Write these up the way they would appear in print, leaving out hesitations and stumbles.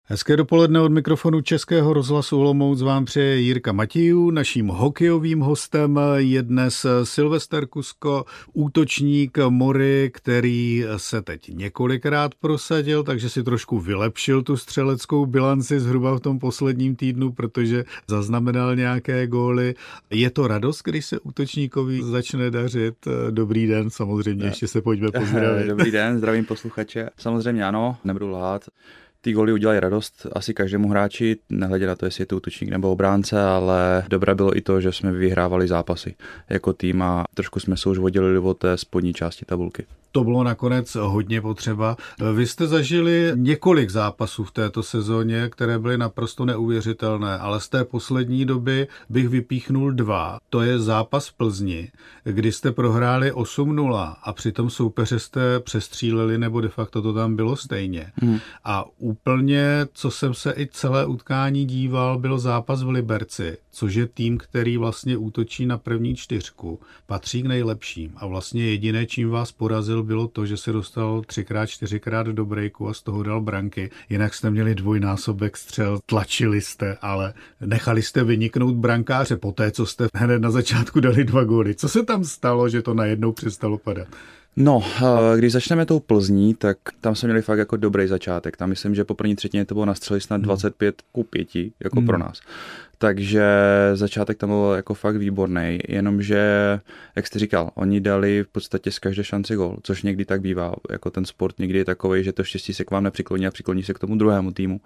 Hezké dopoledne od mikrofonu Českého rozhlasu Olomouc vám přeje Jirka Matějů. Naším hokejovým hostem je dnes Silvester Kusko, útočník Mory, který se teď několikrát prosadil, takže si trošku vylepšil tu střeleckou bilanci zhruba v tom posledním týdnu, protože zaznamenal nějaké góly. Je to radost, když se útočníkovi začne dařit? Dobrý den, samozřejmě, ještě se pojďme pozdravit. Dobrý den, zdravím posluchače. Samozřejmě ano, nebudu lhát. Ty góly udělají radost asi každému hráči, nehledě na to, jestli je to útočník nebo obránce, ale dobré bylo i to, že jsme vyhrávali zápasy jako tým a trošku jsme se už oddělili od té spodní části tabulky. To bylo nakonec hodně potřeba. Vy jste zažili několik zápasů v této sezóně, které byly naprosto neuvěřitelné, ale z té poslední doby bych vypíchnul dva. To je zápas v Plzni, kdy jste prohráli 8-0 a přitom soupeře jste přestříleli, nebo de facto to tam bylo stejně. A úplně, co jsem se i celé utkání díval, byl zápas v Liberci, což je tým, který vlastně útočí na první čtyřku, patří k nejlepším a vlastně jediné, čím vás porazil, bylo to, že se dostal 3x, 4x do breaku a z toho dal branky. Jinak jste měli dvojnásobek střel, tlačili jste, ale nechali jste vyniknout brankáře po té, co jste hned na začátku dali 2 góly. Co se tam stalo, že to najednou přestalo padat? No, když začneme tou Plzní, tak tam jsme měli fakt jako dobrý začátek. Tam myslím, že po první třetině to bylo nastřeli snad 25-5, jako pro nás. Takže začátek tam byl jako fakt výborný, jenomže, jak jste říkal, oni dali v podstatě z každé šance gól, což někdy tak bývá, jako ten sport někdy je takovej, že to štěstí se k vám nepřikloní a přikloní se k tomu druhému týmu.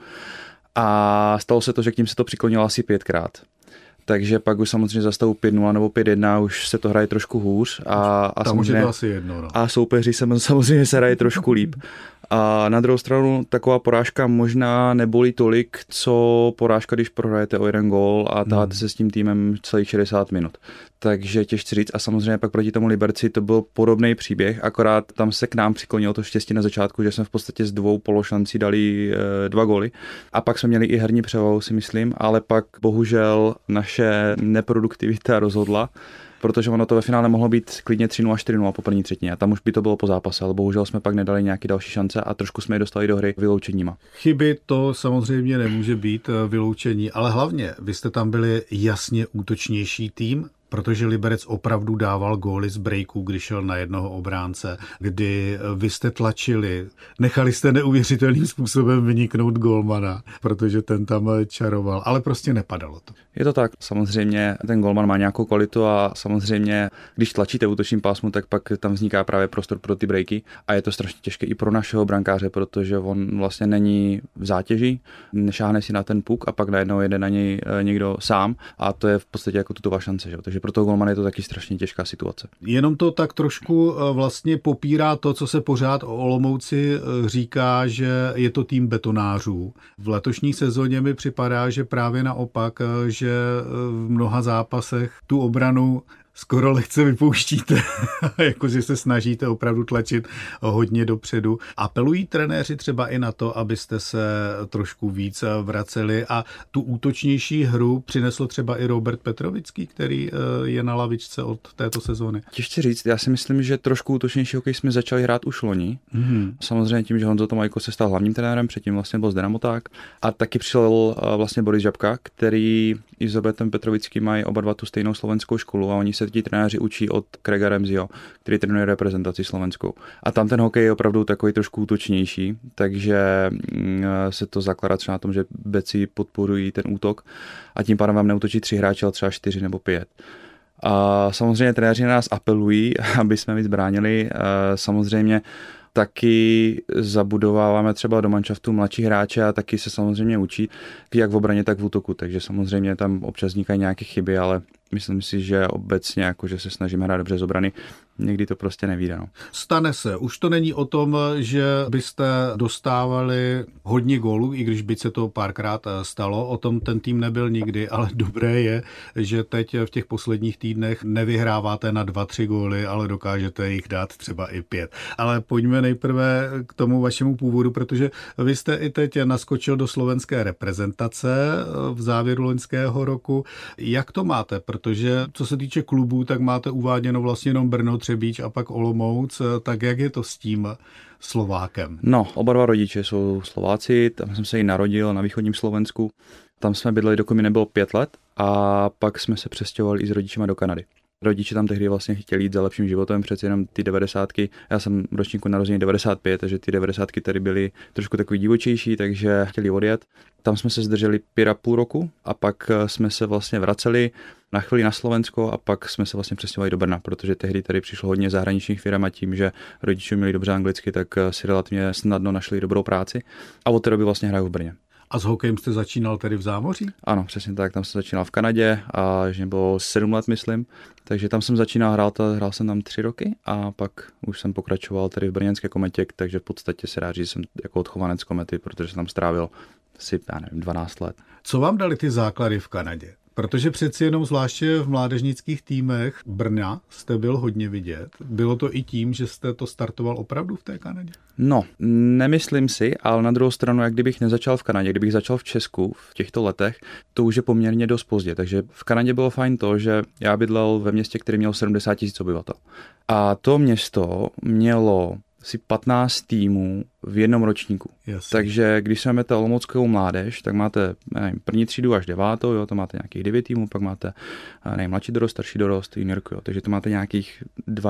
A stalo se to, že k ním se to přiklonilo asi 5krát. Takže pak už samozřejmě za stavu 5-0 nebo 5-1 už se to hraje trošku hůř. A tam už je to asi jedno. No. A soupeři samozřejmě se hraje trošku líp. A na druhou stranu taková porážka možná nebolí tolik, co porážka, když prohrajete o 1 gól a táháte se s tím týmem celých 60 minut. Takže těžce říct. A samozřejmě pak proti tomu Liberci to byl podobný příběh, akorát tam se k nám přiklonilo to štěstí na začátku, že jsme v podstatě z 2 pološancí dali 2 góly. A pak jsme měli i herní převahu, si myslím, ale pak bohužel naše neproduktivita rozhodla, protože ono to ve finále mohlo být klidně 3-0 a 4-0 po první třetině a tam už by to bylo po zápase, ale bohužel jsme pak nedali nějaké další šance a trošku jsme je dostali do hry vyloučeníma. Chyby to samozřejmě nemůže být vyloučení, ale hlavně vy jste tam byli jasně útočnější tým, protože Liberec opravdu dával góly z breaků, když šel na jednoho obránce, kdy vy jste tlačili, nechali jste neuvěřitelným způsobem vyniknout gólmana, protože ten tam čaroval, ale prostě nepadalo to. Je to tak, samozřejmě ten gólman má nějakou kvalitu a samozřejmě, když tlačíte v útočním pásmu, tak pak tam vzniká právě prostor pro ty breaky a je to strašně těžké i pro našeho brankáře, protože on vlastně není v zátěži, nešáhne si na ten puk a pak najednou jede na něj někdo sám a to je v podstatě jako tutová šance, že? Takže pro toho golmana je to taky strašně těžká situace. Jenom to tak trošku vlastně popírá to, co se pořád o Olomouci říká, že je to tým betonářů. V letošní sezóně mi připadá, že právě naopak, že v mnoha zápasech tu obranu skoro lehce vypouštíte, jakože se snažíte opravdu tlačit hodně dopředu. Apelují trenéři třeba i na to, abyste se trošku víc vraceli a tu útočnější hru přinesl třeba i Robert Petrovický, který je na lavičce od této sezóny. Těžce říct, já si myslím, že trošku útočnější hokej jsme začali hrát už loni. Samozřejmě tím, že Honzo Tomajko se stal hlavním trenérem, předtím vlastně byl Zdena Moták a taky přišel vlastně Boris Žabka, který i s Robertem Petrovickým mají oba dva tu stejnou slovenskou školu a oni se ti trenéři učí od Craiga Ramseyho, který trénuje reprezentaci slovenskou. A tam ten hokej je opravdu takový trošku útočnější, takže se to zakládá třeba na tom, že beci podporují ten útok a tím pádem vám neútočí 3 hráči, ale třeba 4 nebo 5. A samozřejmě trenéři na nás apelují, aby jsme víc bránili. Samozřejmě taky zabudováváme třeba do manšaftu mladší hráče a taky se samozřejmě učí, jak v obraně, tak v útoku. Takže samozřejmě tam občas vznikají nějaké chyby, ale myslím si, že obecně jako, že se snažíme hrát dobře z obrany, někdy to prostě nevíde. No. Stane se. Už to není o tom, že byste dostávali hodně gólů, i když by se to párkrát stalo. O tom ten tým nebyl nikdy, ale dobré je, že teď v těch posledních týdnech nevyhráváte na 2-3 góly, ale dokážete jich dát třeba i 5. Ale pojďme nejprve k tomu vašemu původu, protože vy jste i teď naskočil do slovenské reprezentace v závěru loňského roku. Jak to máte? protože co se týče klubů, tak máte uváděno vlastně jenom Brno, Třebíč a pak Olomouc, tak jak je to s tím Slovákem? No, oba dva rodiče jsou Slováci, tam jsem se i narodil na východním Slovensku. Tam jsme bydleli, dokud mi nebylo 5 let a pak jsme se přestěhovali i s rodičima do Kanady. Rodiče tam tehdy vlastně chtěli jít za lepším životem, přeci jenom ty 90. Já jsem ročníku narození 95, takže ty 90. tady byly trošku takový divočejší, takže chtěli odjet. Tam jsme se zdrželi 5,5 roku a pak jsme se vlastně vraceli na chvíli na Slovensko a pak jsme se vlastně přestěhovali do Brna, protože tehdy tady přišlo hodně zahraničních firm a tím, že rodiče měli dobře anglicky, tak si relativně snadno našli dobrou práci a od té doby vlastně hraju v Brně. A s hokejem jste začínal tedy v Zámoří? Ano, přesně tak, tam jsem začínal v Kanadě a že bylo 7 let, myslím, takže tam jsem začínal hrál jsem tam 3 roky a pak už jsem pokračoval tady v brněnské Kometě, takže v podstatě se dá říct, že jsem jako odchovanec Komety, protože jsem tam strávil asi, 12 let. Co vám dali ty základy v Kanadě? Protože přeci jenom zvláště v mládežnických týmech Brna jste byl hodně vidět. Bylo to i tím, že jste to startoval opravdu v té Kanadě? No, nemyslím si, ale na druhou stranu, jak kdybych nezačal v Kanadě, kdybych začal v Česku v těchto letech, to už je poměrně dost pozdě. Takže v Kanadě bylo fajn to, že já bydlel ve městě, který měl 70 000 obyvatel. A to město mělo asi 15 týmů v jednom ročníku. Jasně. Takže když se máte olomouckou mládež, tak máte první třídu až 9, jo, to máte nějakých 9 týmů, pak máte mladší dorost, starší dorost, juniorku, jo, takže to máte nějakých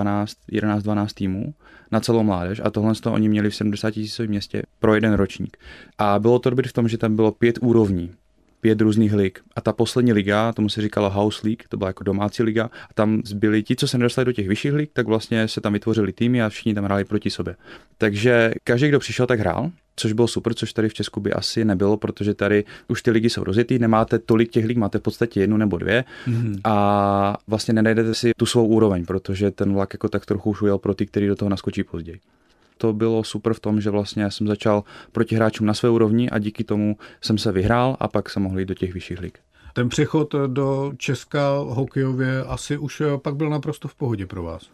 11-12 týmů na celou mládež a tohle oni měli v 70 000 městě pro jeden ročník. A bylo to dobré v tom, že tam bylo 5 úrovní. 5 různých lig. A ta poslední liga, tomu se říkalo House League, to byla jako domácí liga. A tam zbyli ti, co se nedostali do těch vyšších lig, tak vlastně se tam vytvořili týmy a všichni tam hráli proti sobě. Takže každý, kdo přišel, tak hrál, což bylo super, což tady v Česku by asi nebylo, protože tady už ty ligy jsou rozjetý, nemáte tolik těch lig, máte v podstatě 1 nebo 2 a vlastně nenajdete si tu svou úroveň, protože ten vlak jako tak trochu už ujel pro ty, kteří do toho naskočí později. To bylo super v tom, že vlastně já jsem začal proti hráčům na své úrovni a díky tomu jsem se vyhrál a pak jsem mohl jít do těch vyšších lig. Ten přechod do Česka hokejově asi už pak byl naprosto v pohodě pro vás.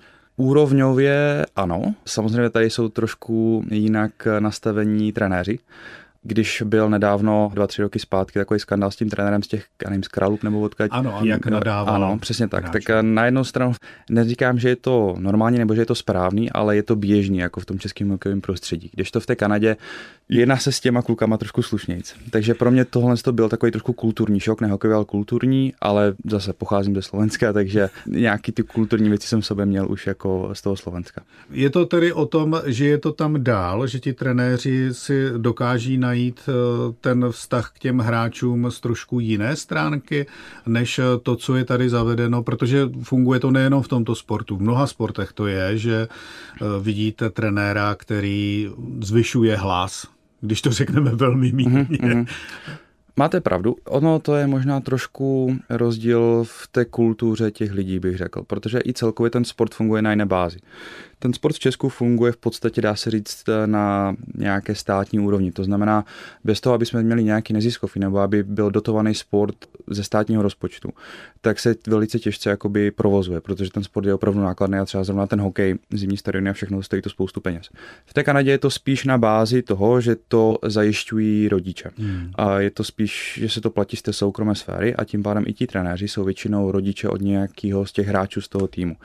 Úrovňově ano, samozřejmě tady jsou trošku jinak nastavení trenéři. Když byl nedávno 2-3 roky zpátky takový skandál s tím trenérem z těch, z Králův nebo odkud. Ano, a jak nadával. Ano, přesně tak. Tak na jednu stranu neříkám, že je to normální nebo že je to správný, ale je to běžný jako v tom českém hokejovém prostředí. Když to v té Kanadě jedná se s těma klukama trošku slušnějc. Takže pro mě tohle to byl takový trošku kulturní šok, ne hokejový, ale kulturní, ale zase pocházím ze Slovenska, takže nějaký ty kulturní věci jsem v sobě měl už jako z toho Slovenska. Je to tedy o tom, že je to tam dál, že ti trenéři si dokáží najít ten vztah k těm hráčům z trošku jiné stránky, než to, co je tady zavedeno, protože funguje to nejenom v tomto sportu. V mnoha sportech to je, že vidíte trenéra, který zvyšuje hlas, když to řekneme velmi mírně. Máte pravdu. Ono to je možná trošku rozdíl v té kultuře těch lidí, bych řekl, protože i celkově ten sport funguje na jiné bázi. Ten sport v Česku funguje v podstatě, dá se říct, na nějaké státní úrovni. To znamená, bez toho, aby jsme měli nějaký neziskový nebo aby byl dotovaný sport ze státního rozpočtu, tak se velice těžce jakoby provozuje, protože ten sport je opravdu nákladný a třeba zrovna ten hokej, zimní stadiony a všechno stojí to spoustu peněz. V té Kanadě je to spíš na bázi toho, že to zajišťují rodiče. A je to spíš, že se to platí z té soukromé sféry a tím pádem i ti trenéři jsou většinou rodiče od nějakého z těch hráčů z toho týmu.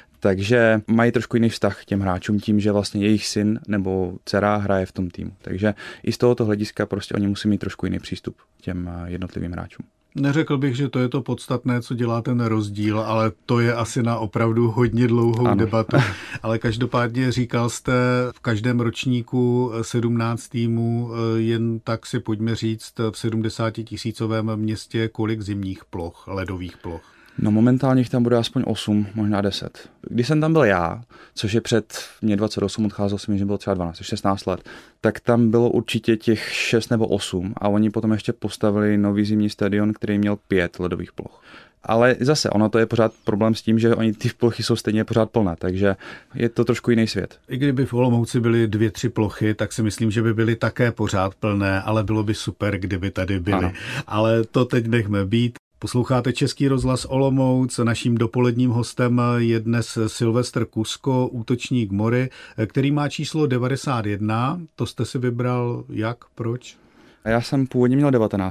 Takže mají trošku jiný vztah k těm hráčům tím, že vlastně jejich syn nebo dcera hraje v tom týmu. Takže i z tohoto hlediska prostě oni musí mít trošku jiný přístup k těm jednotlivým hráčům. Neřekl bych, že to je to podstatné, co dělá ten rozdíl, ale to je asi na opravdu hodně dlouhou debatu. Ale každopádně říkal jste v každém ročníku 17 týmů, jen tak si pojďme říct v 70 000 městě, kolik zimních ploch, ledových ploch. No momentálně tam bude aspoň 8, možná 10. Když jsem tam byl já, což je před mě 28, odcházel jsem, že bylo třeba 12, 16 let, tak tam bylo určitě těch 6 nebo 8 a oni potom ještě postavili nový zimní stadion, který měl 5 ledových ploch. Ale zase, ono to je pořád problém s tím, že oni ty plochy jsou stejně pořád plné, takže je to trošku jiný svět. I kdyby v Olomouci byly 2-3 plochy, tak si myslím, že by byly také pořád plné, ale bylo by super, kdyby tady byly. Ano. Ale to teď nechme být. Posloucháte Český rozhlas Olomouc, naším dopoledním hostem je dnes Silvestr Kusko, útočník Mory, který má číslo 91. To jste si vybral jak, proč? Já jsem původně měl 19,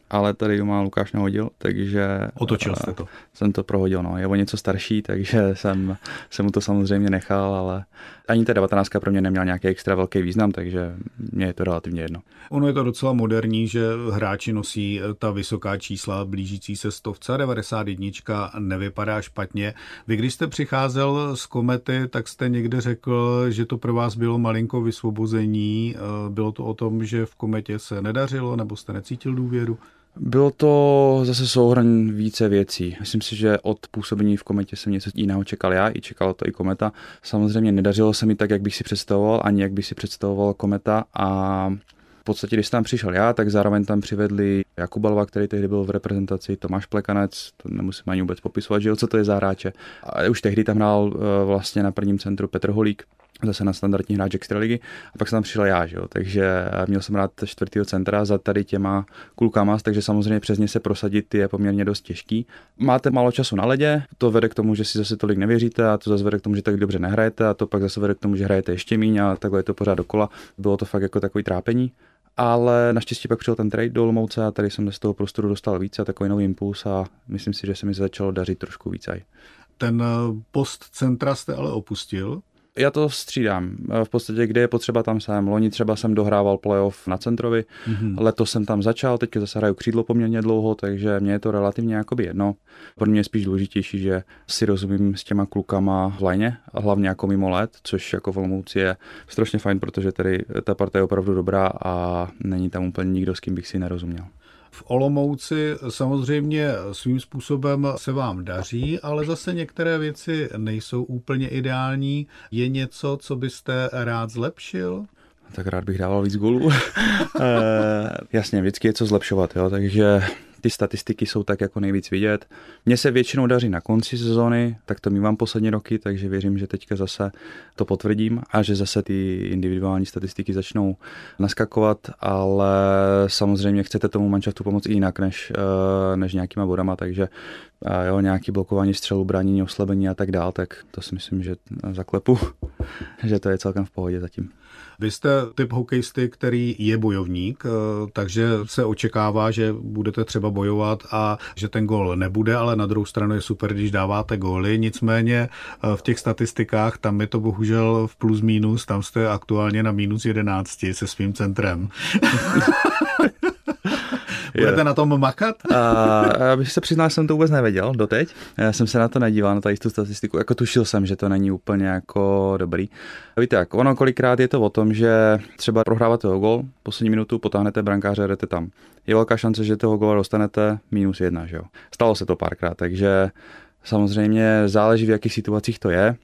ale tady má Lukáš nahodil, takže... Otočil jste to. Jsem to prohodil, no. Je o něco starší, takže jsem mu to samozřejmě nechal, ale ani ta 19 pro mě neměla nějaký extra velký význam, takže mě je to relativně jedno. Ono je to docela moderní, že hráči nosí ta vysoká čísla blížící se 100. 91 nevypadá špatně. Vy, když jste přicházel z Komety, tak jste někde řekl, že to pro vás bylo malinko vysvobození. Bylo to o tom, že v Kometě se nedařilo, nebo jste necítil důvěru? Bylo to zase souhrn více věcí. Myslím si, že od působení v Kometě jsem něco jiného čekal já, i čekala to i Kometa. Samozřejmě nedařilo se mi tak, jak bych si představoval, ani jak bych si představoval Kometa, a v podstatě, když tam přišel já, tak zároveň tam přivedli Jakuba Lva, který tehdy byl v reprezentaci, Tomáš Plekanec, to nemusím ani vůbec popisovat, že jo, co to je za hráče. A už tehdy tam hrál vlastně na prvním centru Petr Holík, zase na standardní hráč extraligy, a pak jsem tam přišel já, že jo, takže měl jsem rád čtvrtýho centra za tady těma klukama, takže samozřejmě přes ně se prosadit je poměrně dost těžký. Máte málo času na ledě, to vede k tomu, že si zase tolik nevěříte, a to zase vede k tomu, že tak dobře nehrajete, a to pak zase vede k tomu, že hrajete ještě míň, a takhle je to pořád dokola. Bylo to fakt jako takový trápení. Ale naštěstí pak přišel ten trade do Olomouce a tady jsem z toho prostoru dostal více a takový nový impuls, a myslím si, že se mi začalo dařit trošku víc. Ten post centra jste ale opustil? Já to střídám. V podstatě, kde je potřeba, tam jsem. Loni třeba jsem dohrával playoff na centrovi, letos jsem tam začal, teďka zase hraju křídlo poměrně dlouho, takže mě je to relativně jakoby jedno. Pro mě je spíš důležitější, že si rozumím s těma klukama v lajně, a hlavně jako mimo let, což jako v Olomouci je strašně fajn, protože tady ta parta je opravdu dobrá a není tam úplně nikdo, s kým bych si nerozuměl. V Olomouci samozřejmě svým způsobem se vám daří, ale zase některé věci nejsou úplně ideální. Je něco, co byste rád zlepšil? Tak rád bych dával víc gólů. Jasně, vždycky je co zlepšovat, jo, takže ty statistiky jsou tak jako nejvíc vidět. Mně se většinou daří na konci sezóny, tak to mívám poslední roky, takže věřím, že teďka zase to potvrdím a že zase ty individuální statistiky začnou naskakovat, ale samozřejmě chcete tomu manšaftu pomoct i jinak než nějakýma bodama, takže jo, nějaký blokování střelu, bránění, oslabení a tak dál, tak to si myslím, že zaklepu, že to je celkem v pohodě zatím. Vy jste typ hokejisty, který je bojovník, takže se očekává, že budete třeba bojovat a že ten gól nebude, ale na druhou stranu je super, když dáváte góly. Nicméně v těch statistikách tam je to bohužel v plus minus, tam jste aktuálně na minus 11 se svým centrem. Budete na tom makat? Abych se přiznal, jsem to vůbec nevěděl doteď. Já jsem se na to nedíval, na tady tu statistiku. Jako tušil jsem, že to není úplně jako dobrý. Víte jak, ono kolikrát je to o tom, že třeba prohráváte o gól, poslední minutu potáhnete brankáře a jdete tam. Je velká šance, že toho góla dostanete -1, že jo. Stalo se to párkrát, takže samozřejmě záleží, v jakých situacích to je.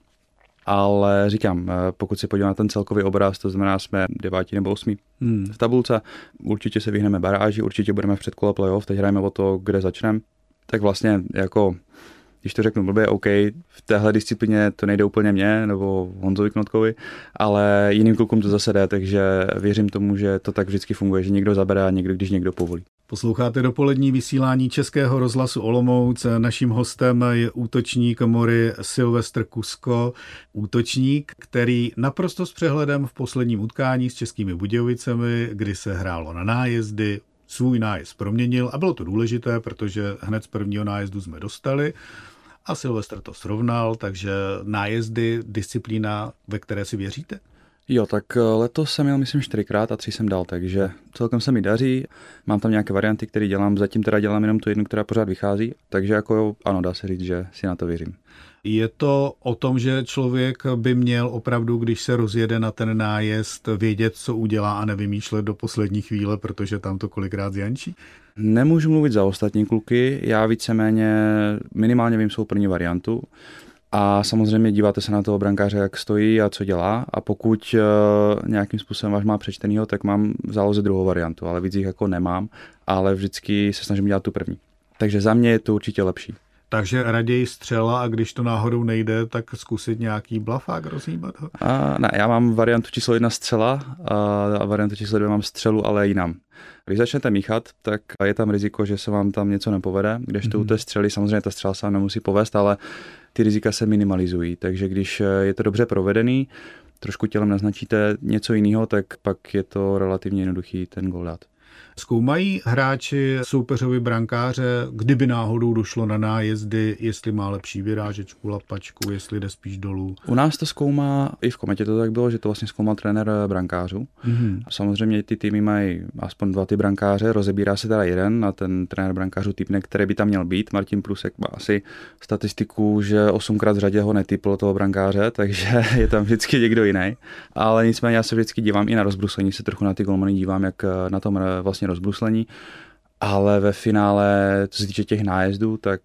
Ale říkám, pokud se podívám na ten celkový obraz, to znamená, jsme 9. nebo 8. v tabulce, určitě se vyhneme baráži, určitě budeme v předkole playoff, teď hrajeme o to, kde začneme. Tak vlastně jako, když to řeknu blbě, OK, v téhle disciplíně to nejde úplně mně, nebo Honzovi Knotkovi, ale jiným klukům to zase jde, takže věřím tomu, že to tak vždycky funguje, že někdo zabere a někdo, když někdo povolí. Posloucháte dopolední vysílání Českého rozhlasu Olomouc. Naším hostem je útočník Mory Silvestr Kusko. Útočník, který naprosto s přehledem v posledním utkání s Českými Budějovicemi, kdy se hrálo na nájezdy, svůj nájezd proměnil a bylo to důležité, protože hned z prvního nájezdu jsme dostali a Silvestr to srovnal, takže nájezdy, disciplína, ve které si věříte? Jo, tak letos jsem jel, myslím, 4krát a 3 jsem dal, takže celkem se mi daří. Mám tam nějaké varianty, které dělám, zatím teda dělám jenom tu jednu, která pořád vychází, takže jako ano, dá se říct, že si na to věřím. Je to o tom, že člověk by měl opravdu, když se rozjede na ten nájezd, vědět, co udělá a nevymýšlet do poslední chvíle, protože tam to kolikrát zjančí? Nemůžu mluvit za ostatní kluky, já víceméně minimálně vím svou první variantu. A samozřejmě díváte se na toho brankáře, jak stojí a co dělá. A pokud nějakým způsobem váš má přečtenýho, tak mám v záloze druhou variantu, ale víc jich jako nemám, ale vždycky se snažím dělat tu první. Takže za mě je to určitě lepší. Takže raději střela a když to náhodou nejde, tak zkusit nějaký blafák rozhýbat ho? Ne, já mám variantu číslo 1 střela a variantu číslo 2 mám střelu, ale jinam. Když začnete míchat, tak je tam riziko, že se vám tam něco nepovede, kdežto u té střely, samozřejmě ta střela se vám nemusí povést, ale ty rizika se minimalizují, takže když je to dobře provedený, trošku tělem naznačíte něco jiného, tak pak je to relativně jednoduchý ten gól dát. Zkoumají hráči soupeřovi brankáře, kdyby náhodou došlo na nájezdy, jestli má lepší vyrážečku, lapačku, jestli jde spíš dolů? U nás to zkoumá, i v Kometě to tak bylo, že to vlastně zkoumal trenér brankářů. Samozřejmě ty týmy mají aspoň 2 ty brankáře, rozebírá se teda jeden a ten trenér brankářů typne, který by tam měl být. Martin Prusek má asi statistiku, že 8krát v řadě ho netypl toho brankáře, takže je tam vždycky někdo jiný. Ale nicméně já se vždycky dívám i na rozbruslení, se trochu na ty golmany dívám, jak na tom vlastně rozbruslení. Ale ve finále, co se týče těch nájezdů, tak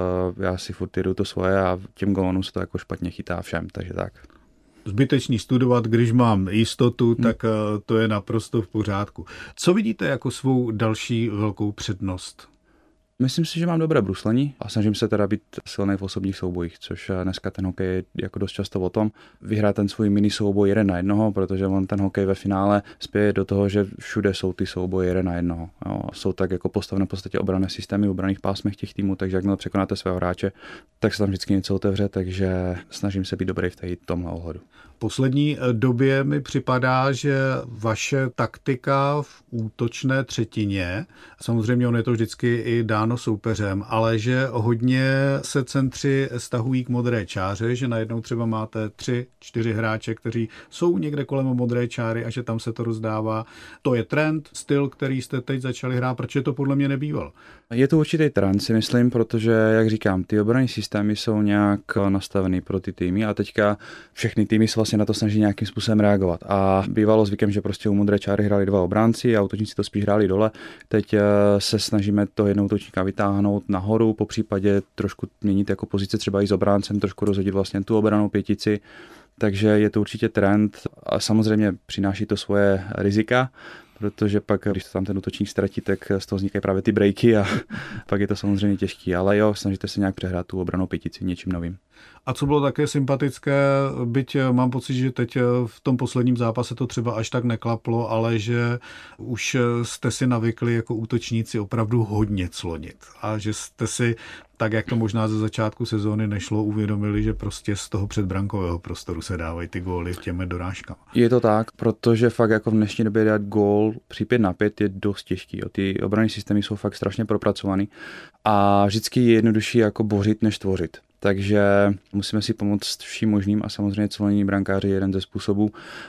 já si furt jdu to svoje a těm golmanům se to jako špatně chytá všem, takže tak. Zbytečný studovat, když mám jistotu, tak to je naprosto v pořádku. Co vidíte jako svou další velkou přednost? Myslím si, že mám dobré bruslení a snažím se teda být silný v osobních soubojích, což dneska ten hokej je jako dost často o tom. Vyhrát ten svůj mini souboj 1 na 1, protože on ten hokej ve finále spěje do toho, že všude jsou ty souboje 1 na 1. Jo. Jsou tak jako postavené v podstatě obranné systémy v obranných pásmech těch týmů, takže jakmile překonáte svého hráče, tak se tam vždycky něco otevře, takže snažím se být dobrý v tomhle ohledu. V poslední době mi připadá, že vaše taktika v útočné třetině, samozřejmě on je to vždycky i dáno soupeřem, ale že hodně se centři stahují k modré čáře, že najednou třeba máte 3-4 hráče, kteří jsou někde kolem modré čáry a že tam se to rozdává. To je trend, styl, který jste teď začali hrát, protože to podle mě nebývalo. Je to určitý trend, si myslím, protože, jak říkám, ty obranné systémy jsou nějak nastavený pro ty týmy a teďka všechny týmy se vlastně na to snaží nějakým způsobem reagovat. A bývalo zvykem, že prostě u modré čáry hráli 2 obránci a útočníci to spíš hráli dole. Teď se snažíme toho jednoho útočníka vytáhnout nahoru, popřípadě trošku měnit jako pozice třeba i s obráncem, trošku rozhodit vlastně tu obranou pětici. Takže je to určitě trend a samozřejmě přináší to svoje rizika, protože pak, když to tam ten útočník ztratí, tak z toho vznikají právě ty breaky a pak je to samozřejmě těžký. Ale jo, snažíte se nějak přehrát tu obranou pětici něčím novým. A co bylo také sympatické, byť mám pocit, že teď v tom posledním zápase to třeba až tak neklaplo, ale že už jste si navykli jako útočníci opravdu hodně clonit a že jste si, tak jak to možná ze začátku sezóny nešlo, uvědomili, že prostě z toho předbrankového prostoru se dávají ty góly těmi dorážkami. Je to tak, protože fakt jako v dnešní době dát gól při 5-5 je dost těžký. Ty obranné systémy jsou fakt strašně propracovaný a vždycky je jednodušší jako bořit než tvořit. Takže musíme si pomoct vším možným a samozřejmě clonění brankáři je jeden ze způsobů.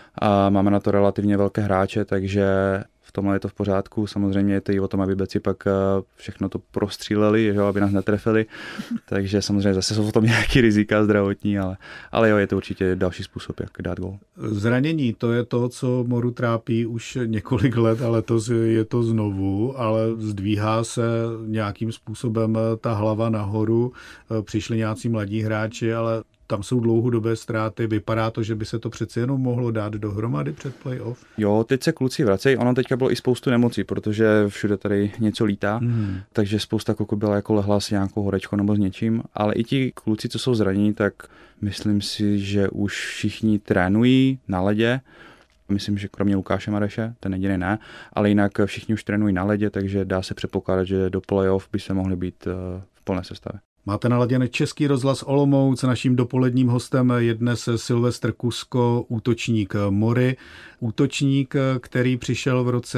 A máme na to relativně velké hráče, takže v tomhle je to v pořádku. Samozřejmě je to i o tom, aby beci pak všechno to prostříleli, že, aby nás netrefili. Takže samozřejmě zase jsou v tom nějaký rizika zdravotní, ale jo, je to určitě další způsob, jak dát gól. Zranění, to je to, co Moru trápí už několik let, ale letos je to znovu, ale zdvíhá se nějakým způsobem ta hlava nahoru. Přišli nějací mladí hráči, ale tam jsou dlouhodobé ztráty. Vypadá to, že by se to přeci jenom mohlo dát dohromady před playoff? Jo, teď se kluci vracejí. Ono teďka bylo i spoustu nemocí, protože všude tady něco lítá, takže spousta kluků byla jako lehla s nějakou horečkou nebo s něčím, ale i ti kluci, co jsou zranění, tak myslím si, že už všichni trénují na ledě. Myslím, že kromě Lukáše Mareše, ten jediný ne, ale jinak všichni už trénují na ledě, takže dá se předpokládat, že do playoff by se mohli být v plné sestavě. Máte naladěný Český rozhlas Olomouc. Naším dopoledním hostem je dnes Silvestr Kusko, útočník Mory. Útočník, který přišel v roce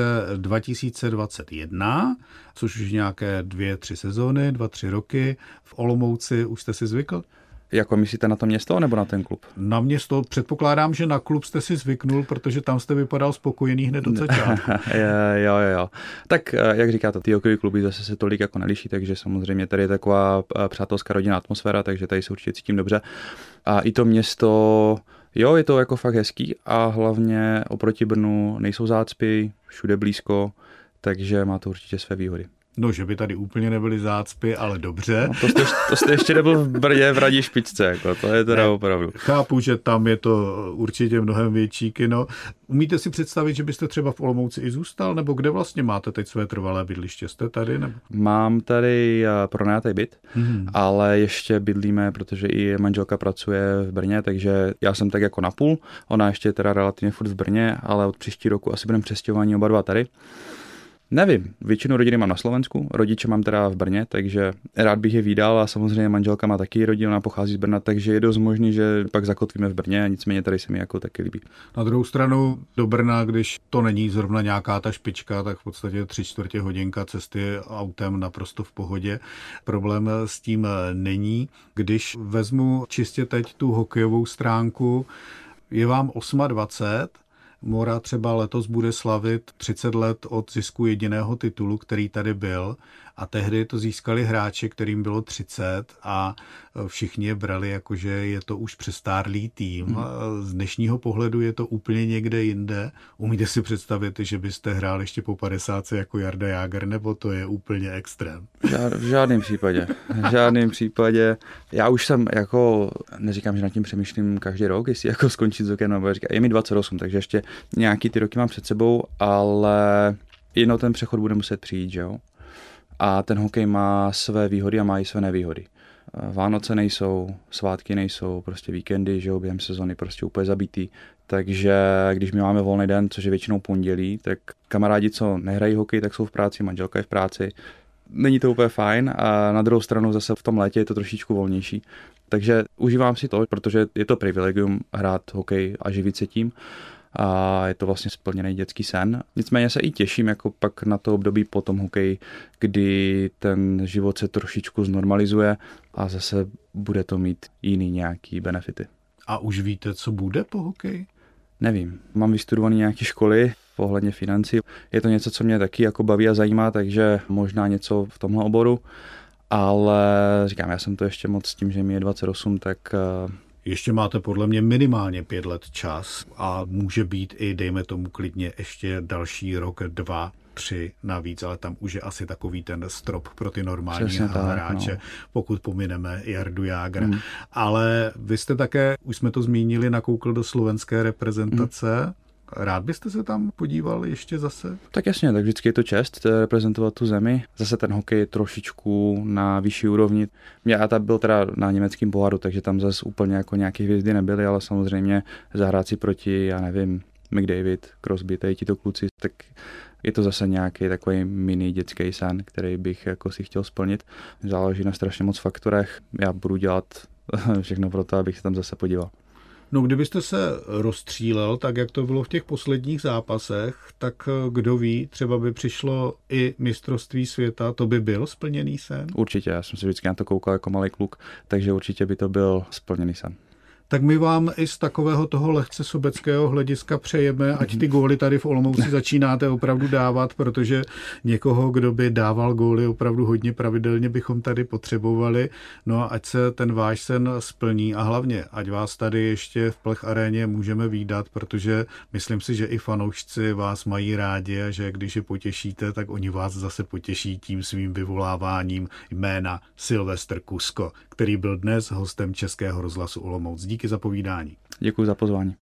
2021, což už nějaké 2-3 sezóny, 2-3 roky. V Olomouci už jste si zvykl? Jako myslíte na to město nebo na ten klub? Na město. Předpokládám, že na klub jste si zvyknul, protože tam jste vypadal spokojený hned od začátku. Jo. Tak jak říkáte, ty hokejové kluby zase se tolik jako neliší, takže samozřejmě tady je taková přátelská rodinná atmosféra, takže tady se určitě cítím dobře. A i to město, jo, je to jako fakt hezký a hlavně oproti Brnu nejsou zácpy, všude blízko, takže má to určitě své výhody. No, že by tady úplně nebyly zácpy, ale dobře. No, to jste ještě nebyl v Brně v Radí Špičce, jako, to je teda ne, opravdu. Chápu, že tam je to určitě mnohem větší kino. Umíte si představit, že byste třeba v Olomouci i zůstal, nebo kde vlastně máte teď své trvalé bydliště? Jste tady? Nebo? Mám tady pronajatý byt, ale ještě bydlíme, protože i manželka pracuje v Brně, takže já jsem tak jako napůl. Ona ještě teda relativně furt v Brně, ale od příští roku asi budeme přestěhovaní oba dva tady. Nevím, většinu rodiny mám na Slovensku, rodiče mám teda v Brně, takže rád bych je vídal a samozřejmě manželka má taky rodinu, ona pochází z Brna, takže je dost možný, že pak zakotvíme v Brně, nicméně tady se mi jako taky líbí. Na druhou stranu do Brna, když to není zrovna nějaká ta špička, tak v podstatě 3/4 hodinka cesty autem naprosto v pohodě. Problém s tím není. Když vezmu čistě teď tu hokejovou stránku, je vám 28, Mora třeba letos bude slavit 30 let od zisku jediného titulu, který tady byl, a tehdy to získali hráči, kterým bylo 30 a všichni je brali jako, že je to už přestárlý tým. Z dnešního pohledu je to úplně někde jinde. Umíte si představit, že byste hrál ještě po 50 jako Jarda Jágr, nebo to je úplně extrém? V žádném případě. V žádném případě. Já už jsem jako, neříkám, že nad tím přemýšlím každý rok, jestli jako skončit s hokejem, nebo je mi 28, takže ještě nějaký ty roky mám před sebou, ale jednou ten přechod bude muset přijít, že jo? A ten hokej má své výhody a má i své nevýhody. Vánoce nejsou, svátky nejsou, prostě víkendy, že jo, během sezony prostě úplně zabitý. Takže když my máme volný den, což je většinou pondělí, tak kamarádi, co nehrají hokej, tak jsou v práci, manželka je v práci. Není to úplně fajn a na druhou stranu zase v tom létě je to trošičku volnější. Takže užívám si to, protože je to privilegium hrát hokej a živit se tím. A je to vlastně splněný dětský sen. Nicméně se i těším jako pak na to období po tom hokeji, kdy ten život se trošičku znormalizuje a zase bude to mít jiný nějaký benefity. A už víte, co bude po hokeji? Nevím. Mám vystudovaný nějaké školy ohledně financí. Je to něco, co mě taky jako baví a zajímá, takže možná něco v tomhle oboru. Ale říkám, já jsem to ještě moc s tím, že mi je 28, tak... Ještě máte podle mě minimálně 5 let čas a může být i, dejme tomu klidně, ještě další rok, 2, 3 navíc, ale tam už je asi takový ten strop pro ty normální hráče, no. Pokud pomineme Jardu Jágra. Ale vy jste také, už jsme to zmínili, nakoukl do slovenské reprezentace. Rád byste se tam podíval ještě zase? Tak jasně, tak vždycky je to čest reprezentovat tu zemi. Zase ten hokej je trošičku na vyšší úrovni. Já tam byl teda na německém poháru, takže tam zase úplně jako nějaké hvězdy nebyly, ale samozřejmě zahrát si proti, já nevím, McDavid, Crosby, tady tito kluci, tak je to zase nějaký takový mini dětský sen, který bych jako si chtěl splnit. Záleží na strašně moc faktorech. Já budu dělat všechno pro to, abych se tam zase podíval. No, kdybyste se rozstřílel, tak jak to bylo v těch posledních zápasech, tak kdo ví, třeba by přišlo i mistrovství světa, to by byl splněný sen? Určitě, já jsem se vždycky na to koukal jako malý kluk, takže určitě by to byl splněný sen. Tak my vám i z takového toho lehce sobeckého hlediska přejeme, ať ty góly tady v Olomouci začínáte opravdu dávat, protože někoho, kdo by dával góly opravdu hodně pravidelně, bychom tady potřebovali. No a ať se ten váš sen splní a hlavně, ať vás tady ještě v Plech aréně můžeme vídat, protože myslím si, že i fanoušci vás mají rádi a že když je potěšíte, tak oni vás zase potěší tím svým vyvoláváním jména Silvestr Kusko, který byl dnes hostem Českého rozhlasu Olomouc. Díky za povídání. Děkuji za pozvání.